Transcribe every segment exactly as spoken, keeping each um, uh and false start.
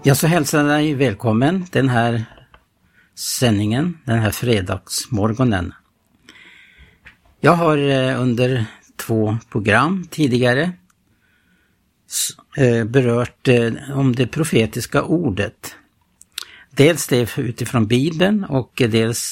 Jag så hälsar dig välkommen den här sändningen, den här fredagsmorgonen. Jag har under två program tidigare berört om det profetiska ordet. Dels det utifrån Bibeln och dels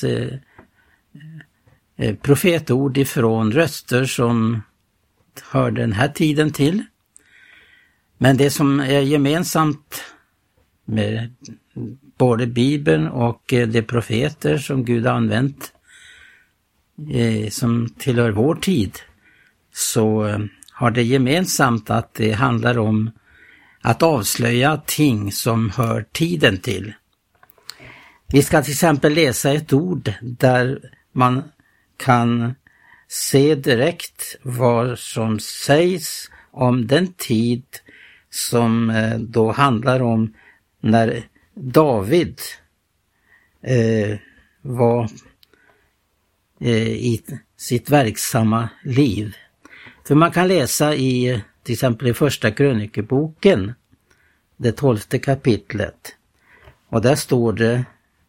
profetord ifrån röster som hör den här tiden till. Men det som är gemensamt med både Bibeln och de profeter som Gud har använt eh, som tillhör vår tid, så eh, har det gemensamt att det handlar om att avslöja ting som hör tiden till. Vi ska till exempel läsa ett ord där man kan se direkt vad som sägs om den tid som eh, då handlar om när David eh, var eh, i sitt verksamma liv. För man kan läsa i till exempel i första krönikeboken, det tolfte kapitlet. Och där står det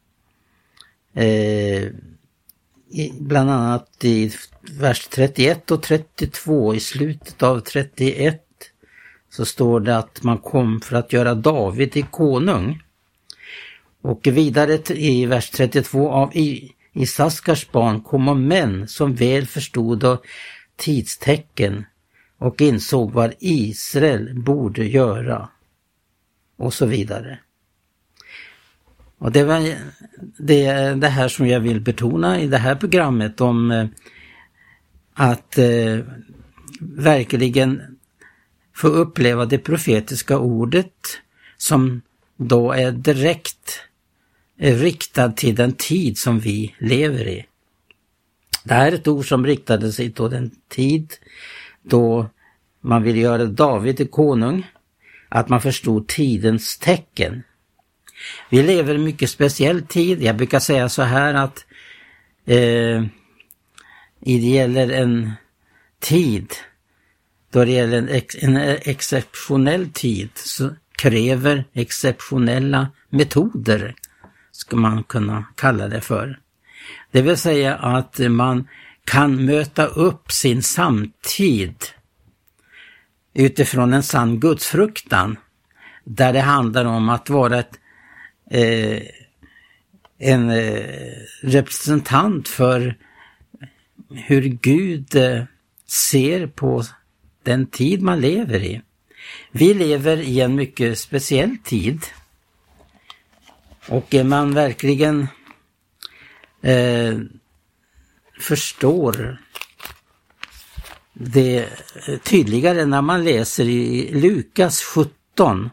eh, i, bland annat i vers trettioett och trettiotvå, i slutet av trettioett så står det att man kom för att göra David till konung. Och vidare i vers trettiotvå, av Isaskars barn kom män som väl förstod av tidstecken och insåg vad Israel borde göra. Och så vidare. Och det var det, det här som jag vill betona i det här programmet, om att eh, verkligen få uppleva det profetiska ordet som då är direkt riktad till den tid som vi lever i. Det här är ett ord som riktade sig till den tid då man vill göra David till konung, att man förstod tidens tecken. Vi lever i en mycket speciell tid. Jag brukar säga så här att eh, det gäller en tid, då det gäller en, ex, en exceptionell tid, så kräver exceptionella metoder, ska man kunna kalla det för. Det vill säga att man kan möta upp sin samtid utifrån en sann gudsfruktan, där det handlar om att vara ett, eh, en eh, representant för hur Gud eh, ser på den tid man lever i. Vi lever i en mycket speciell tid, och man verkligen eh, förstår det tydligare när man läser i Lukas sjutton.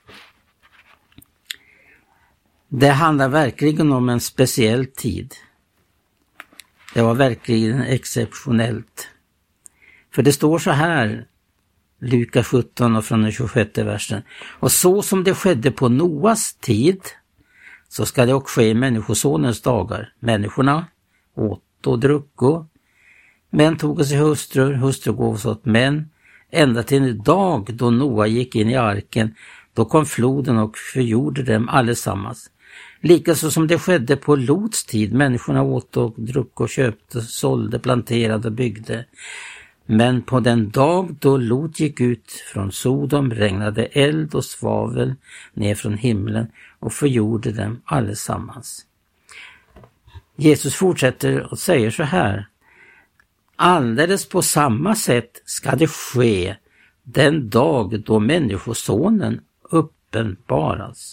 Det handlar verkligen om en speciell tid. Det var verkligen exceptionellt. För det står så här, Lukas sjutton och från den tjugosjätte versen. Och så som det skedde på Noas tid, så ska det också ske i människosonens dagar. Människorna åt och drucko, män tog sig hustrur, hustru gåvs åt män, ända till en dag då Noa gick in i arken, då kom floden och förgjorde dem allesammans. Likaså som det skedde på Lots tid, människorna åt och drucko, köpte, sålde, planterade och byggde. Men på den dag då Lot gick ut från Sodom regnade eld och svavel ner från himlen och förgjorde dem allesammans. Jesus fortsätter och säger så här: alldeles på samma sätt ska det ske den dag då människosonen uppenbaras.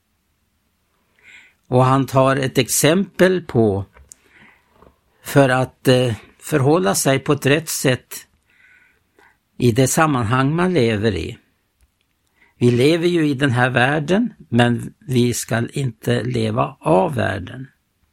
Och han tar ett exempel på, för att eh, förhålla sig på ett rätt sätt i det sammanhang man lever i. Vi lever ju i den här världen, men vi ska inte leva av världen.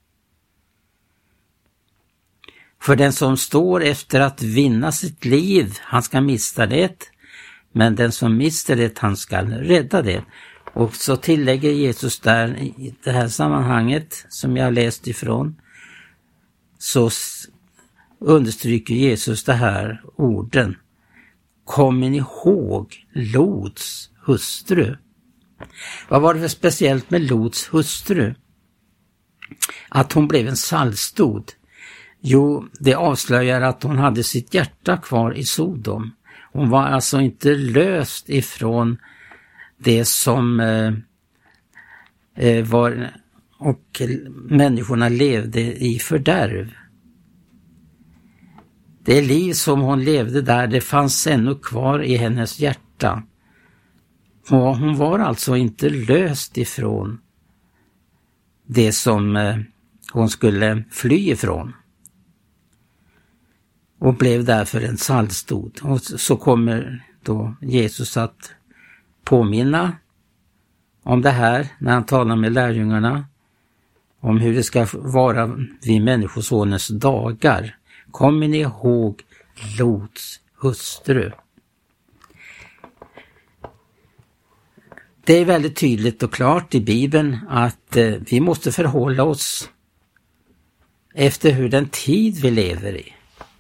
För den som står efter att vinna sitt liv, han ska mista det, men den som mister det, han ska rädda det. Och så tillägger Jesus där i det här sammanhanget som jag läst ifrån, så understryker Jesus det här orden: kommer ni ihåg Lots hustru? Vad var det för speciellt med Lots hustru? Att hon blev en saltstod? Jo, det avslöjar att hon hade sitt hjärta kvar i Sodom. Hon var alltså inte löst ifrån det som eh, eh, var och människorna levde i fördärv. Det liv som hon levde där, det fanns ännu kvar i hennes hjärta. Och hon var alltså inte löst ifrån det som eh, hon skulle fly ifrån. Och blev därför en saltstod. Och så kommer då Jesus att påminna om det här när han talar med lärjungarna. Om hur det ska vara vid människosonens dagar. Kommer ni ihåg Lots hustru? Det är väldigt tydligt och klart i Bibeln att eh, vi måste förhålla oss efter hur den tid vi lever i.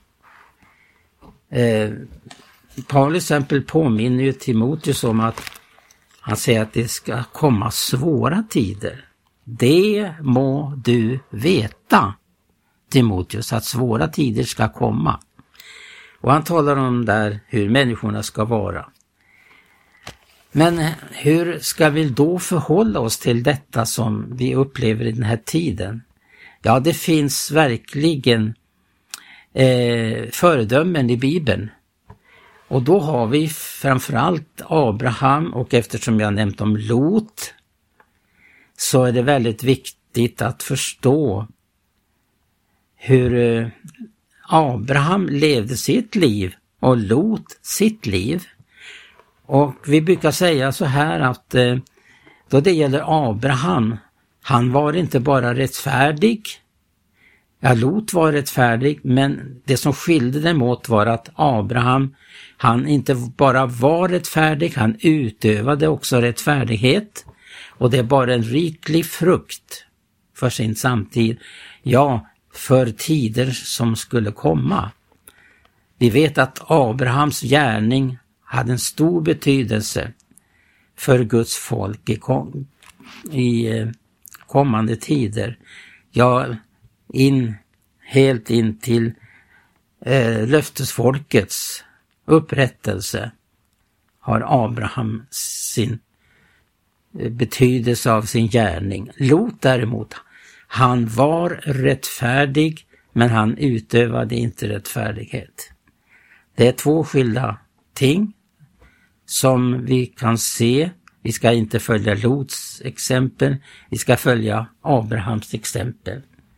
Eh, Paulus exempel påminner ju Timoteus om att han säger att det ska komma svåra tider. Det må du veta, Timoteus, att svåra tider ska komma. Och han talar om där hur människorna ska vara. Men hur ska vi då förhålla oss till detta som vi upplever i den här tiden? Ja, det finns verkligen eh, föredömen i Bibeln. Och då har vi framförallt Abraham, och eftersom jag nämnt om Lot så är det väldigt viktigt att förstå hur eh, Abraham levde sitt liv och Lot sitt liv. Och vi brukar säga så här att eh, då det gäller Abraham, han var inte bara rättfärdig. Ja, Lot var rättfärdig, men det som skilde dem åt var att Abraham, han inte bara var rättfärdig, han utövade också rättfärdighet. Och det är bara en riklig frukt för sin samtid. Ja, för tider som skulle komma. Vi vet att Abrahams gärning hade en stor betydelse för Guds folk i, kom, i eh, kommande tider. Ja, in, helt in till eh, löftesfolkets upprättelse har Abraham sin eh, betydelse av sin gärning. Lot däremot, han var rättfärdig, men han utövade inte rättfärdighet. Det är två skilda ting som vi kan se. Vi ska inte följa Lots exempel, vi ska följa Abrahams exempel.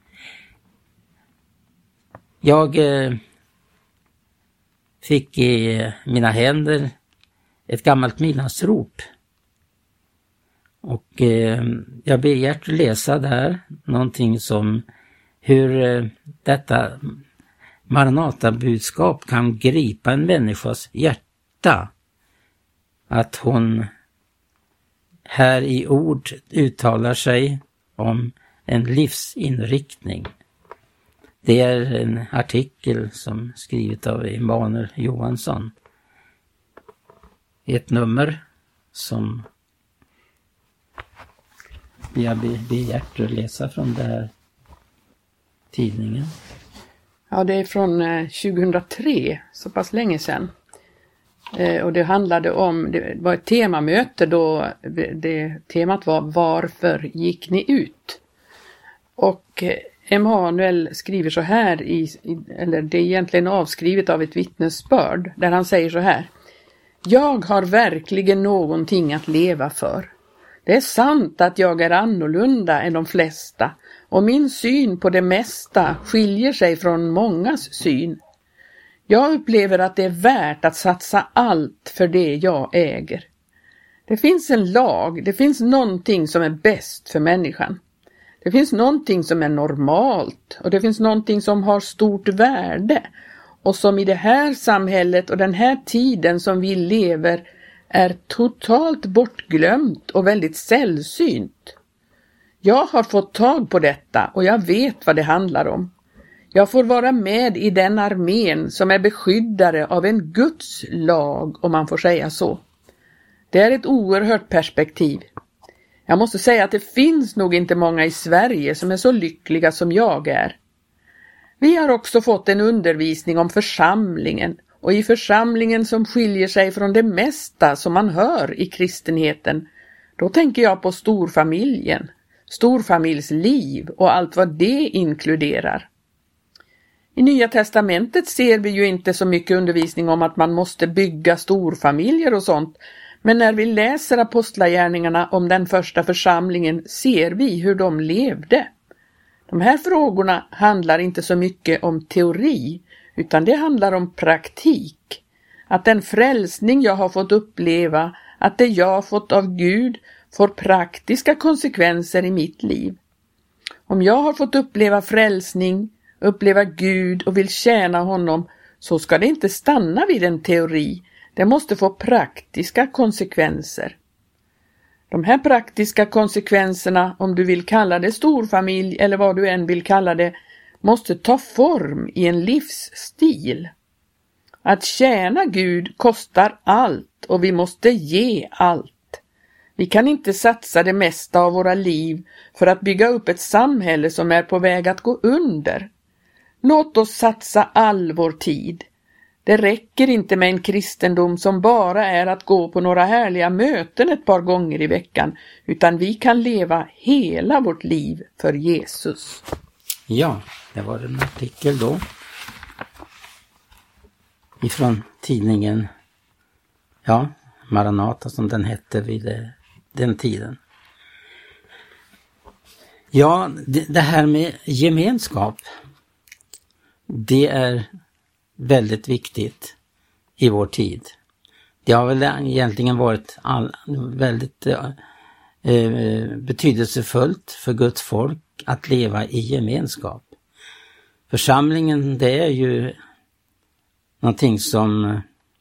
Jag eh, fick i mina händer ett gammalt midnattsrop. Och eh, jag ber er att läsa där någonting som hur eh, detta Maranata-budskap kan gripa en människas hjärta. Att hon här i ord uttalar sig om en livsinriktning. Det är en artikel som skrivit av Emanuel Johansson. Ett nummer som jag begärt att läsa från den här tidningen. Ja, det är från tjugohundratre, så pass länge sedan. Och det handlade om, det var ett temamöte då det temat var varför gick ni ut? Och Emanuel skriver så här, i, eller det är egentligen avskrivet av ett vittnesbörd, där han säger så här: jag har verkligen någonting att leva för. Det är sant att jag är annorlunda än de flesta, och min syn på det mesta skiljer sig från mångas syn. Jag upplever att det är värt att satsa allt för det jag äger. Det finns en lag, det finns någonting som är bäst för människan. Det finns någonting som är normalt, och det finns någonting som har stort värde, och som i det här samhället och den här tiden som vi lever är totalt bortglömt och väldigt sällsynt. Jag har fått tag på detta och jag vet vad det handlar om. Jag får vara med i den armén som är beskyddare av en Guds lag, om man får säga så. Det är ett oerhört perspektiv. Jag måste säga att det finns nog inte många i Sverige som är så lyckliga som jag är. Vi har också fått en undervisning om församlingen, och i församlingen som skiljer sig från det mesta som man hör i kristenheten. Då tänker jag på storfamiljen, storfamiljsliv och allt vad det inkluderar. I Nya testamentet ser vi ju inte så mycket undervisning om att man måste bygga storfamiljer och sånt. Men när vi läser apostlagärningarna om den första församlingen ser vi hur de levde. De här frågorna handlar inte så mycket om teori, utan det handlar om praktik. Att den frälsning jag har fått uppleva, att det jag har fått av Gud får praktiska konsekvenser i mitt liv. Om jag har fått uppleva frälsning, uppleva Gud och vill tjäna honom, så ska det inte stanna vid en teori. Det måste få praktiska konsekvenser. De här praktiska konsekvenserna, om du vill kalla det storfamilj eller vad du än vill kalla det, måste ta form i en livsstil. Att tjäna Gud kostar allt och vi måste ge allt. Vi kan inte satsa det mesta av våra liv för att bygga upp ett samhälle som är på väg att gå under. Låt oss satsa all vår tid. Det räcker inte med en kristendom som bara är att gå på några härliga möten ett par gånger i veckan, utan vi kan leva hela vårt liv för Jesus. Ja, det var en artikel då ifrån tidningen, ja, Maranata som den hette vid den tiden. Ja, det, det här med gemenskap, det är väldigt viktigt i vår tid. Det har väl egentligen varit all, väldigt eh, betydelsefullt för Guds folk att leva i gemenskap. Församlingen, det är ju någonting som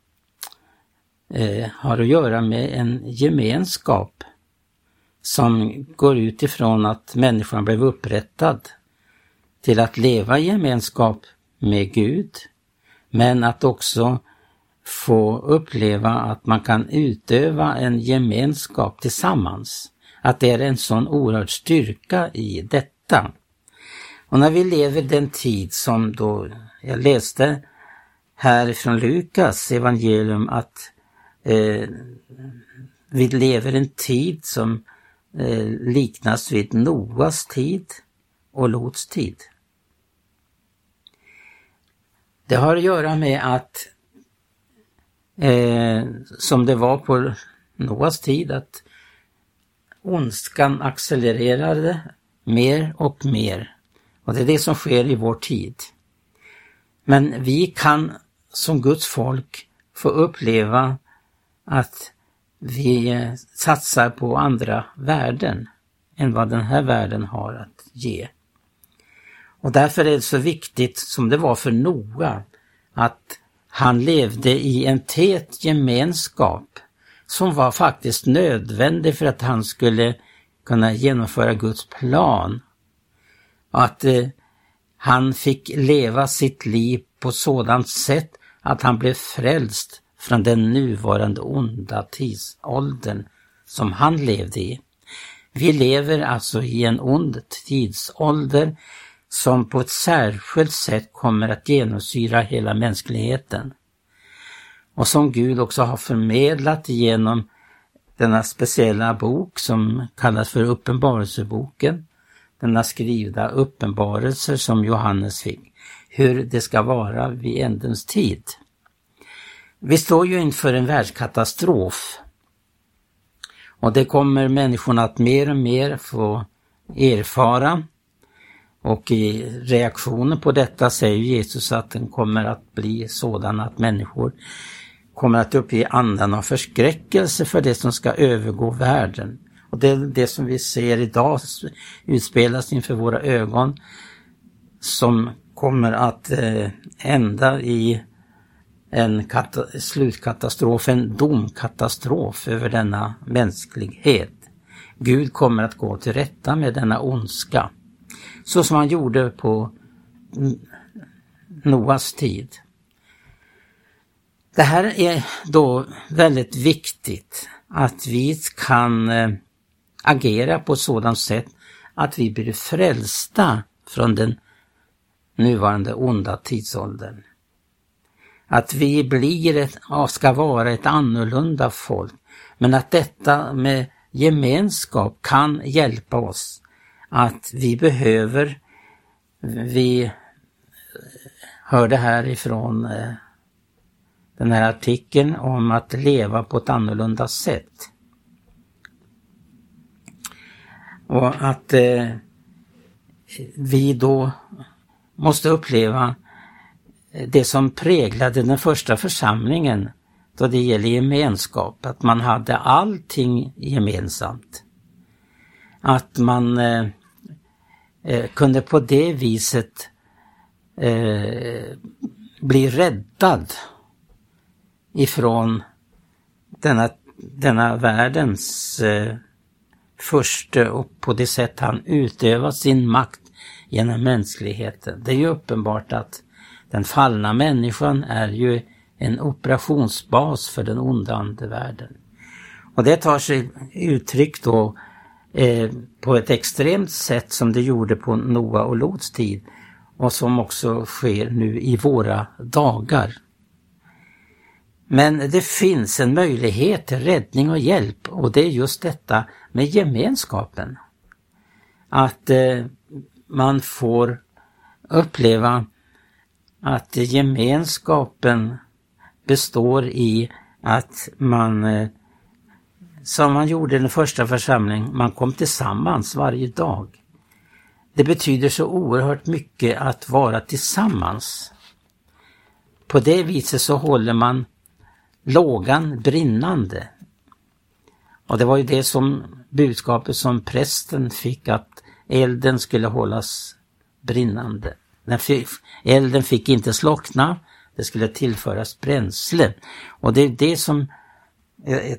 eh, har att göra med en gemenskap som går utifrån att människan blev upprättad till att leva i gemenskap med Gud, men att också få uppleva att man kan utöva en gemenskap tillsammans. Att det är en sån oerhörd styrka i detta. Och när vi lever den tid som då, jag läste här från Lukas evangelium att eh, vi lever en tid som eh, liknas vid Noas tid och Lots tid. Det har att göra med att eh, som det var på Noas tid, att ondskan accelererade mer och mer. Och det är det som sker i vår tid. Men vi kan som Guds folk få uppleva att vi satsar på andra värden än vad den här världen har att ge. Och därför är det så viktigt, som det var för Noa, att han levde i en tät gemenskap som var faktiskt nödvändig för att han skulle kunna genomföra Guds plan. Och att eh, han fick leva sitt liv på sådant sätt att han blev frälst från den nuvarande onda tidsåldern som han levde i. Vi lever alltså i en ond tidsålder som på ett särskilt sätt kommer att genomsyra hela mänskligheten. Och som Gud också har förmedlat genom denna speciella bok som kallas för Uppenbarelseboken. Denna skrivna uppenbarelser som Johannes fick. Hur det ska vara vid ändens tid. Vi står ju inför en världskatastrof. Och det kommer människorna att mer och mer få erfara. Och i reaktionen på detta säger Jesus att den kommer att bli sådan att människor kommer att uppge andan av förskräckelse för det som ska övergå världen. Och det är det som vi ser idag utspelas inför våra ögon, som kommer att eh, ända i en kata- slutkatastrof, en domkatastrof över denna mänsklighet. Gud kommer att gå till rätta med denna ondska. Så som han gjorde på Noas tid. Det här är då väldigt viktigt att vi kan eh, agera på ett sådant sätt att vi blir frälsta från den nuvarande onda tidsåldern. Att vi blir ett, ska vara ett annorlunda folk, men att detta med gemenskap kan hjälpa oss. Att vi behöver, vi hörde här ifrån eh, den här artikeln om att leva på ett annorlunda sätt. Och att eh, vi då måste uppleva det som präglade den första församlingen då det gäller gemenskap. Att man hade allting gemensamt. Att man eh, eh, kunde på det viset eh, bli räddad ifrån denna, denna världens eh, första och på det sätt han utövar sin makt genom mänskligheten. Det är ju uppenbart att den fallna människan är ju en operationsbas för den onda andevärlden. Och det tar sig uttryck då eh, på ett extremt sätt som det gjorde på Noa och Lots tid och som också sker nu i våra dagar. Men det finns en möjlighet till räddning och hjälp, och det är just detta med gemenskapen. Att eh, man får uppleva att gemenskapen består i att man, eh, som man gjorde i den första församlingen, man kom tillsammans varje dag. Det betyder så oerhört mycket att vara tillsammans. På det viset så håller man lågan brinnande. Och det var ju det som budskapet som prästen fick, att elden skulle hållas brinnande. Den fick, elden fick inte slockna, det skulle tillföras bränsle. Och det är det som är, är,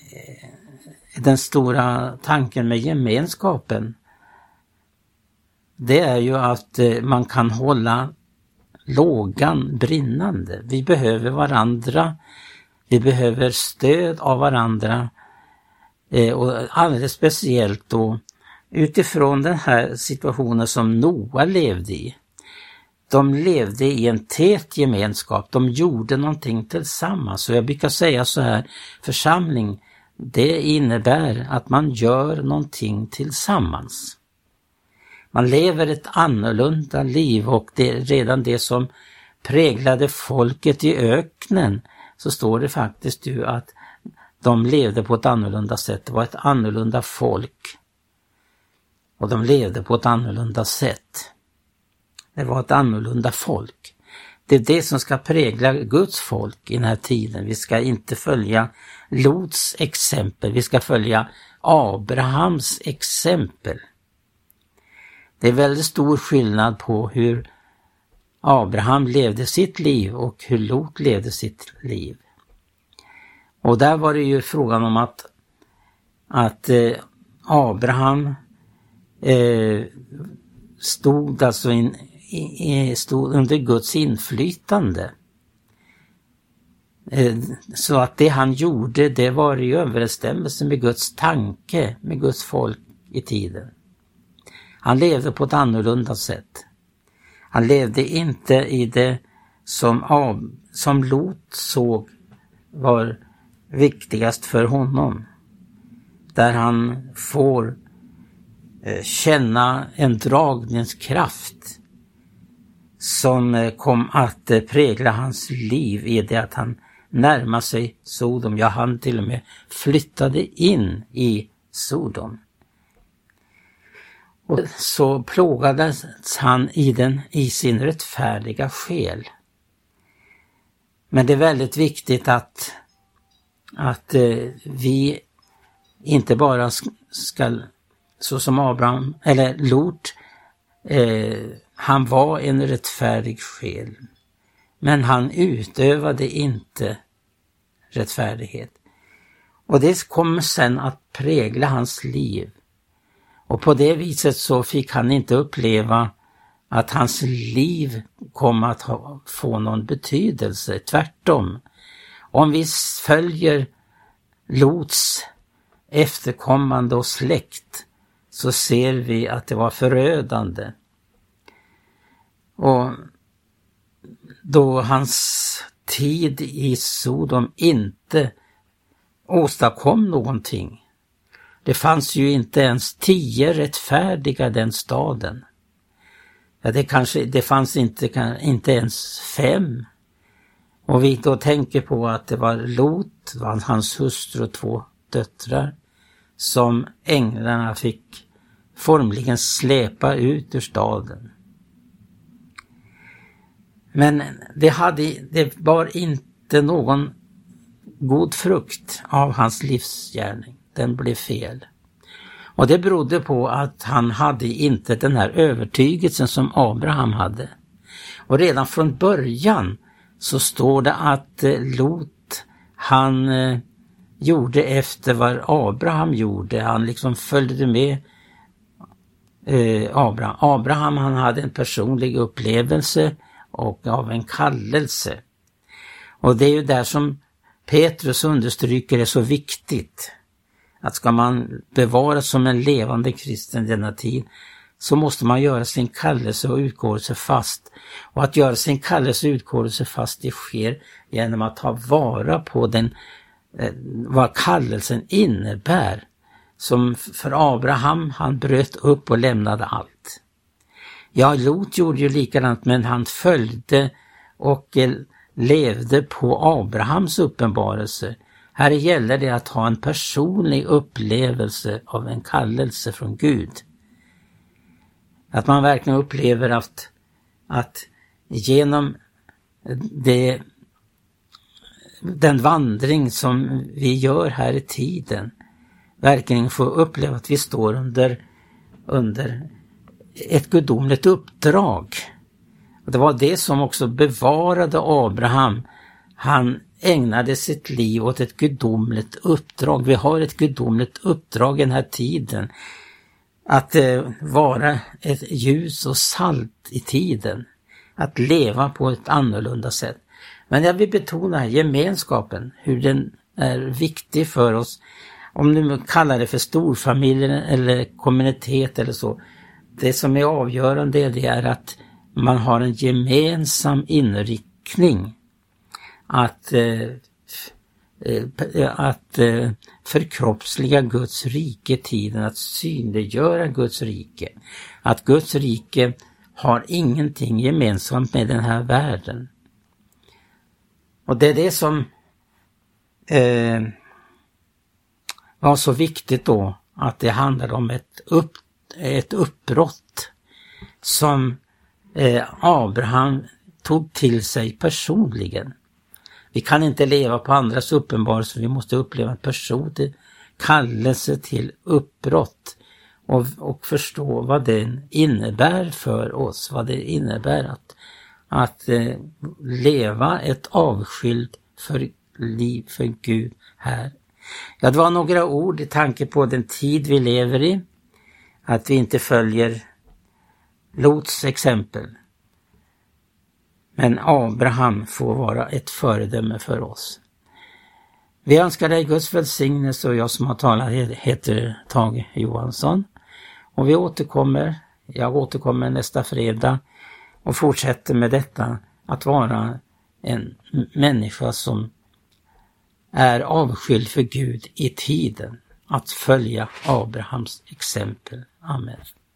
är den stora tanken med gemenskapen. Det är ju att man kan hålla lågan brinnande. Vi behöver varandra. Vi behöver stöd av varandra. Eh, och alldeles speciellt då utifrån den här situationen som Noa levde i. De levde i en tät gemenskap. De gjorde någonting tillsammans. Så jag brukar säga så här, församling, det innebär att man gör någonting tillsammans. Man lever ett annorlunda liv, och det är redan det som präglade folket i öknen. Så står det faktiskt ju att de levde på ett annorlunda sätt. Det var ett annorlunda folk. Och de levde på ett annorlunda sätt. Det var ett annorlunda folk. Det är det som ska prägla Guds folk i den här tiden. Vi ska inte följa Lots exempel. Vi ska följa Abrahams exempel. Det är väldigt stor skillnad på hur Abraham levde sitt liv och hur Lot levde sitt liv. Och där var det ju frågan om att, att eh, Abraham eh, stod alltså in, i, stod under Guds inflytande. Eh, så att det han gjorde, det var i överensstämmelse med Guds tanke, med Guds folk i tiden. Han levde på ett annorlunda sätt. Han levde inte i det som, av, som Lot såg var viktigast för honom. Där han får eh, känna en dragningskraft som eh, kom att eh, prägla hans liv i det att han närmade sig Sodom. Ja, han till och med flyttade in i Sodom. Och så plågades han i den i sin rättfärdiga själ. Men det är väldigt viktigt att, att eh, vi inte bara ska, så som Abraham eller Lot, eh, han var en rättfärdig själ. Men han utövade inte rättfärdighet. Och det kommer sen att prägla hans liv. Och på det viset så fick han inte uppleva att hans liv kom att ha, få någon betydelse. Tvärtom. Om vi följer Lots efterkommande och släkt så ser vi att det var förödande. Och då hans tid i Sodom inte åstadkom någonting. Det fanns ju inte ens tio rättfärdiga den staden. Ja, det kanske det fanns inte, inte ens fem. Och vi då tänker på att det var Lot, var hans hustru och två döttrar som änglarna fick formligen släpa ut ur staden. Men det, hade, det var inte någon god frukt av hans livsgärning. Den blev fel. Och det berodde på att han hade inte den här övertygelsen som Abraham hade. Och redan från början så står det att Lot, han eh, gjorde efter vad Abraham gjorde. Han liksom följde med eh, Abraham. Abraham, han hade en personlig upplevelse och av en kallelse. Och det är ju där som Petrus understryker är så viktigt. Att ska man bevaras som en levande kristen denna tid så måste man göra sin kallelse och utgåelse fast. Och att göra sin kallelse och utgåelse fast det sker genom att ta vara på den, eh, vad kallelsen innebär. Som för Abraham, han bröt upp och lämnade allt. Ja, Lot gjorde ju likadant, men han följde och eh, levde på Abrahams uppenbarelse. Här gäller det att ha en personlig upplevelse av en kallelse från Gud. Att man verkligen upplever att, att genom det, den vandring som vi gör här i tiden verkligen får uppleva att vi står under, under ett gudomligt uppdrag. Och det var det som också bevarade Abraham. Han ägnade sitt liv åt ett gudomligt uppdrag. Vi har ett gudomligt uppdrag i den här tiden. Att eh, vara ett ljus och salt i tiden. Att leva på ett annorlunda sätt. Men jag vill betona gemenskapen. Hur den är viktig för oss. Om du kallar det för storfamiljen eller kommunitet eller så. Det som är avgörande det är att man har en gemensam inriktning. Att, eh, att eh, förkroppsliga Guds rike tiden, att synliggöra Guds rike. Att Guds rike har ingenting gemensamt med den här världen. Och det är det som eh, var så viktigt då, att det handlar om ett, upp, ett uppbrott som eh, Abraham tog till sig personligen. Vi kan inte leva på andras uppenbarelse, vi måste uppleva en personlig kallelse till uppbrott och, och förstå vad den innebär för oss, vad det innebär att, att eh, leva ett avskild för liv för Gud här. Ja, det var några ord i tanke på den tid vi lever i, att vi inte följer Lots exempel. Men Abraham får vara ett föredöme för oss. Vi önskar dig Guds välsignelse, och jag som har talat heter Tage Johansson. Och vi återkommer, jag återkommer nästa fredag och fortsätter med detta att vara en människa som är avskild för Gud i tiden. Att följa Abrahams exempel. Amen.